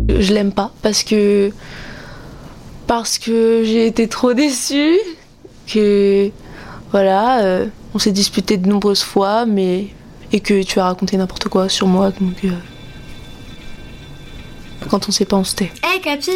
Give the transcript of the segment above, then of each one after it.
Je l'aime pas parce que j'ai été trop déçue, que voilà, on s'est disputé de nombreuses fois, et que tu as raconté n'importe quoi sur moi, donc quand on sait pas, on se tait. Hey Capi.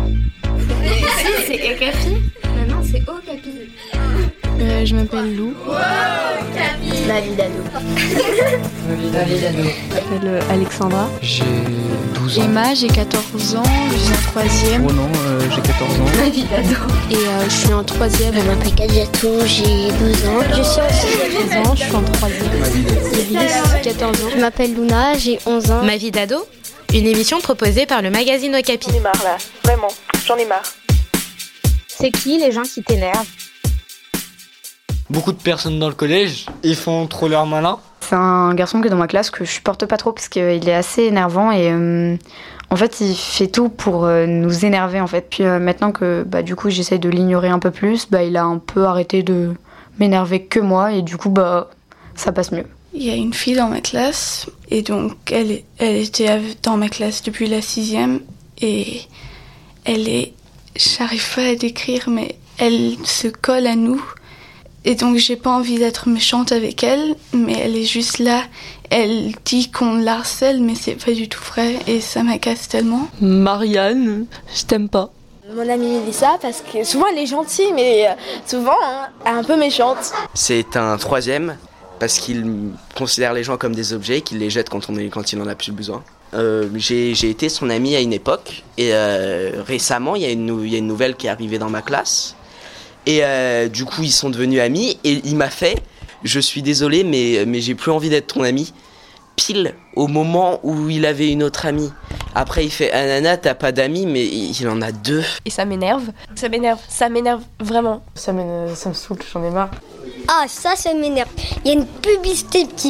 C'est Capi. Maintenant c'est O Capi. Je m'appelle Lou. Wow, Capi. La vie d'ado. La vie d'ado. Je m'appelle Alexandra. J'ai 12 ans. Emma, j'ai 14 ans, je suis en 3e. Oh non, j'ai 14 ans. La vie d'ado. Et je suis en 3e. Je m'appelle Kadiatou, j'ai 12 ans. Je suis en 13 ans, je suis en 3e. J'ai 14 ans. Je m'appelle Luna, j'ai 11 ans. Ma vie d'ado, une émission proposée par le magazine Okapi. J'en ai marre là, vraiment, j'en ai marre. C'est qui les gens qui t'énervent? Beaucoup de personnes dans le collège, ils font trop leur malin. C'est un garçon qui est dans ma classe que je supporte pas trop parce qu'il est assez énervant et en fait il fait tout pour nous énerver en fait. Puis maintenant que du coup j'essaye de l'ignorer un peu plus, il a un peu arrêté de m'énerver que moi et du coup ça passe mieux. Il y a une fille dans ma classe et donc elle était dans ma classe depuis la 6e et j'arrive pas à décrire mais elle se colle à nous. Et donc j'ai pas envie d'être méchante avec elle, mais elle est juste là. Elle dit qu'on l'harcèle, mais c'est pas du tout vrai et ça m'agace tellement. Marianne, je t'aime pas. Mon amie Mélissa, parce que souvent elle est gentille, mais souvent elle est un peu méchante. C'est un 3e, parce qu'il considère les gens comme des objets, qu'il les jette quand il en a plus besoin. J'ai été son ami à une époque, et récemment il y a une nouvelle qui est arrivée dans ma classe. Et du coup ils sont devenus amis et il m'a fait je suis désolé mais j'ai plus envie d'être ton ami pile au moment où il avait une autre amie. Après il fait Anana t'as pas d'amis mais il en a 2. Et ça m'énerve vraiment. Ça me saoule, j'en ai marre. Ah ça m'énerve. Il y a une publicité qui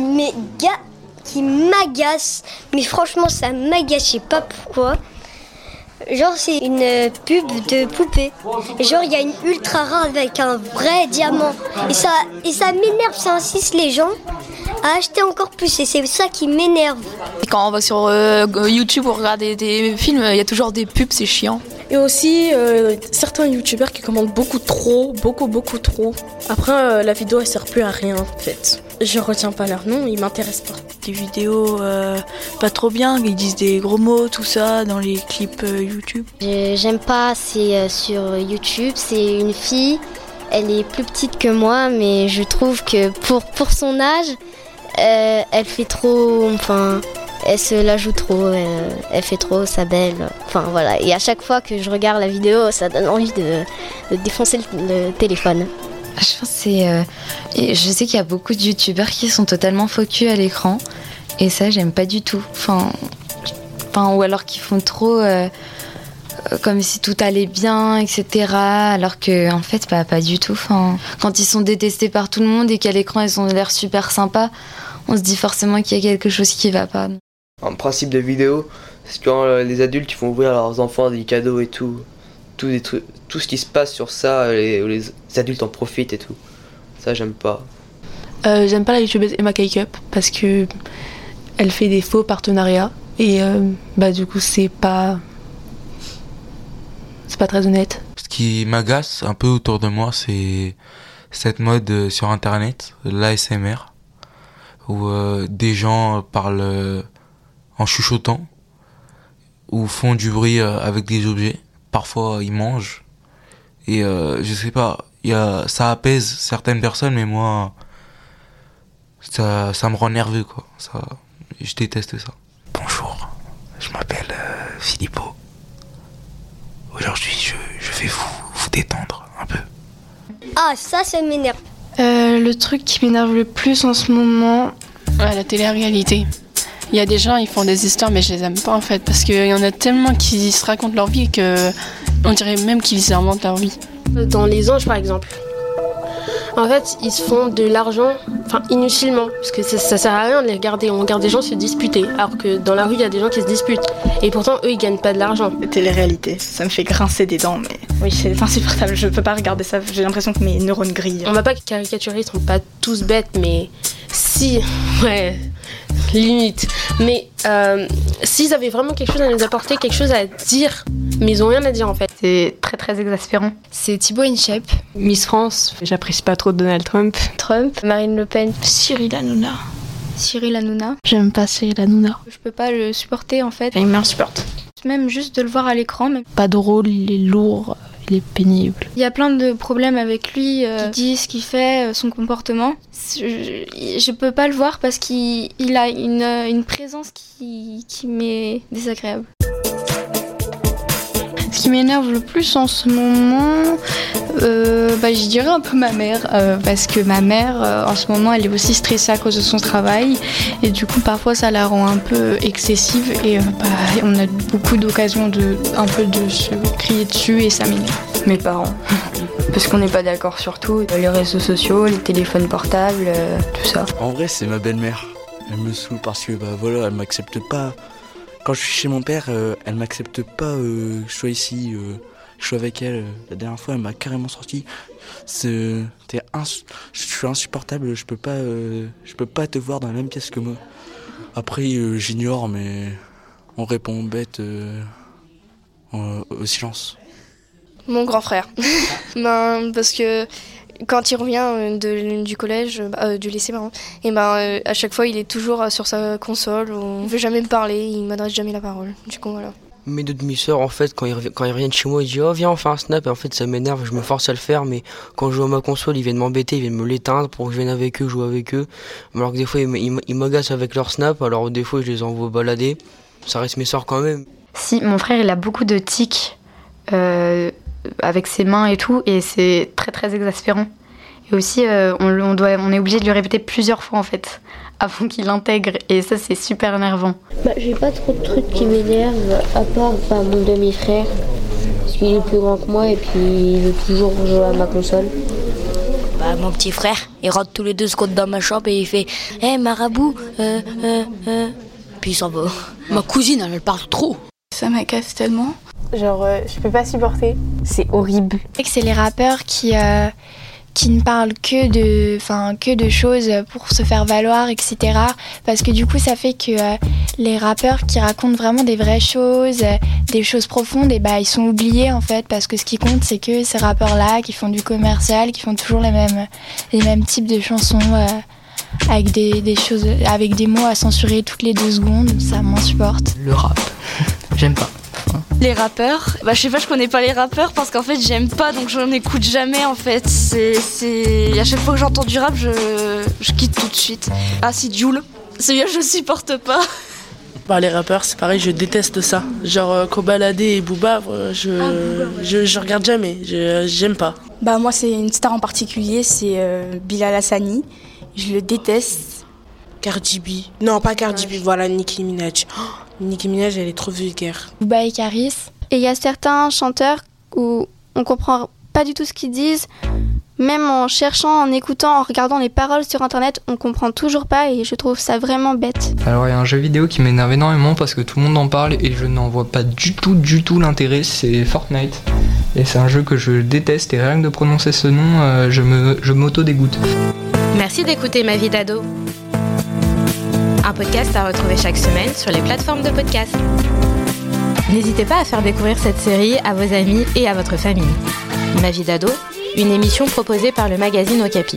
m'agace, mais franchement ça m'agace, je sais pas pourquoi. Genre c'est une pub de poupée. Genre il y a une ultra rare avec un vrai diamant. Et ça m'énerve, ça insiste les gens à acheter encore plus et c'est ça qui m'énerve. Quand on va sur YouTube pour regarder des films, il y a toujours des pubs, c'est chiant. Et aussi certains youtubeurs qui commandent beaucoup trop. Après la vidéo elle sert plus à rien en fait. Je retiens pas leur nom, ils m'intéressent pas. Des vidéos pas trop bien, ils disent des gros mots, tout ça, dans les clips YouTube. J'aime pas, c'est sur YouTube, c'est une fille, elle est plus petite que moi, mais je trouve que pour son âge, elle fait trop, elle se la joue trop, elle fait trop sa belle, voilà. Et à chaque fois que je regarde la vidéo, ça donne envie de défoncer le téléphone. Je pense que je sais qu'il y a beaucoup de youtubeurs qui sont totalement focus à l'écran et ça j'aime pas du tout. Ou alors qui font trop comme si tout allait bien, etc. Alors que en fait pas du tout. Quand ils sont détestés par tout le monde et qu'à l'écran ils ont l'air super sympas, on se dit forcément qu'il y a quelque chose qui va pas. Un principe de vidéo, c'est quand les adultes ils font ouvrir à leurs enfants des cadeaux et tout. Tout ce qui se passe sur ça, les adultes en profitent et tout. Ça, j'aime pas. J'aime pas la youtubeuse Emma Cake-up parce que elle fait des faux partenariats et du coup c'est pas très honnête. Ce qui m'agace un peu autour de moi, c'est cette mode sur internet, l'ASMR, où des gens parlent en chuchotant ou font du bruit avec des objets. Parfois ils mangent et je sais pas, ça apaise certaines personnes mais moi ça me rend nerveux quoi. Je déteste ça. Bonjour, je m'appelle Philippot. Aujourd'hui je vais vous détendre un peu. Ah ça m'énerve. Le truc qui m'énerve le plus en ce moment, la télé-réalité. Il y a des gens, ils font des histoires, mais je les aime pas en fait, parce qu'il y en a tellement qui se racontent leur vie qu'on dirait même qu'ils inventent leur vie. Dans les anges par exemple, en fait ils se font de l'argent inutilement, parce que ça sert à rien de les regarder, on regarde des gens se disputer, alors que dans la rue il y a des gens qui se disputent, et pourtant eux ils gagnent pas de l'argent. La télé-réalité, ça me fait grincer des dents, mais oui c'est insupportable, je peux pas regarder ça, j'ai l'impression que mes neurones grillent. On va pas caricaturer, ils sont pas tous bêtes, mais si, ouais... limite. Mais s'ils avaient vraiment quelque chose à nous apporter, quelque chose à dire, mais ils ont rien à dire en fait. C'est très très exaspérant. C'est Thibaut Inchep. Miss France, j'apprécie pas trop Donald Trump. Marine Le Pen. Cyril Hanouna. Cyril Hanouna. J'aime pas Cyril Hanouna. Je peux pas le supporter en fait. Il m'insupporte. Même juste de le voir à l'écran. Même. Pas drôle, il est lourd, il est pénible. Il y a plein de problèmes avec lui, qui dit ce qu'il fait, son comportement. Je peux pas le voir parce qu'il a une présence qui m'est désagréable. Ce qui m'énerve le plus en ce moment, je dirais un peu ma mère, parce que ma mère, en ce moment, elle est aussi stressée à cause de son travail, et du coup, parfois, ça la rend un peu excessive, et on a beaucoup d'occasions de se crier dessus, et ça m'énerve. Mes parents, parce qu'on n'est pas d'accord sur tout, les réseaux sociaux, les téléphones portables, tout ça. En vrai, c'est ma belle-mère. Elle me saoule parce que elle m'accepte pas. Quand je suis chez mon père, elle m'accepte pas que je sois ici, je suis avec elle. La dernière fois, elle m'a carrément sorti. Je suis insupportable, je peux pas te voir dans la même pièce que moi. Après, j'ignore, mais on répond bête au silence. Mon grand frère. Parce que quand il revient du collège, du lycée, à chaque fois il est toujours sur sa console, on ne veut jamais me parler, il ne m'adresse jamais la parole. Du coup, voilà. Mes deux demi-sœurs, en fait, quand ils reviennent chez moi, ils disent « Oh, viens, on fait un snap ». Et en fait, ça m'énerve, je me force à le faire, mais quand je joue à ma console, ils viennent m'embêter, ils viennent me l'éteindre pour que je vienne avec eux, jouer avec eux. Alors que des fois, ils m'agacent avec leur snap, alors des fois, je les envoie balader. Ça reste mes sœurs quand même. Si, mon frère, il a beaucoup de tics avec ses mains et tout, et c'est très très exaspérant. Et aussi, on est obligé de lui répéter plusieurs fois en fait, avant qu'il l'intègre, et ça c'est super énervant. J'ai pas trop de trucs qui m'énervent, à part mon demi-frère, parce qu'il est plus grand que moi et puis il veut toujours jouer à ma console. Mon petit frère, il rentre tous les 2 secondes dans ma chambre et il fait « Hey marabout, puis il s'en va. Ma cousine, elle parle trop. Ça m'agace tellement. Je peux pas supporter, c'est horrible. C'est les rappeurs qui ne parlent que de choses pour se faire valoir, etc. Parce que du coup, ça fait que les rappeurs qui racontent vraiment des vraies choses, des choses profondes, ils sont oubliés en fait. Parce que ce qui compte, c'est que ces rappeurs-là qui font du commercial, qui font toujours les mêmes types de chansons avec des choses, avec des mots à censurer toutes les 2 secondes, ça m'insupporte. Le rap, j'aime pas. Les rappeurs, je sais pas, je connais pas les rappeurs parce qu'en fait j'aime pas, donc j'en écoute jamais en fait. À chaque fois que j'entends du rap, je quitte tout de suite. Ah si, Jul, c'est bien, je supporte pas. Les rappeurs, c'est pareil, je déteste ça. Genre Kobalade et Booba, je regarde jamais, j'aime pas. Moi c'est une star en particulier, c'est Bilal Hassani. Je le déteste. Cardi B. Non, pas Cardi B, voilà, Nicki Minaj. Nicki Minaj, elle est trop vulgaire. Booba et Karis. Et il y a certains chanteurs où on comprend pas du tout ce qu'ils disent. Même en cherchant, en écoutant, en regardant les paroles sur internet, on comprend toujours pas et je trouve ça vraiment bête. Alors il y a un jeu vidéo qui m'énerve énormément parce que tout le monde en parle et je n'en vois pas du tout l'intérêt, c'est Fortnite. Et c'est un jeu que je déteste et rien que de prononcer ce nom, je m'auto-dégoûte. Merci d'écouter Ma vie d'ado. Un podcast à retrouver chaque semaine sur les plateformes de podcast. N'hésitez pas à faire découvrir cette série à vos amis et à votre famille. Ma vie d'ado, une émission proposée par le magazine Okapi.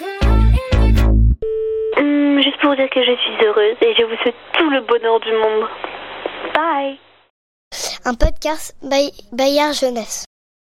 Juste pour dire que je suis heureuse et je vous souhaite tout le bonheur du monde. Bye. Un podcast Bayard Jeunesse.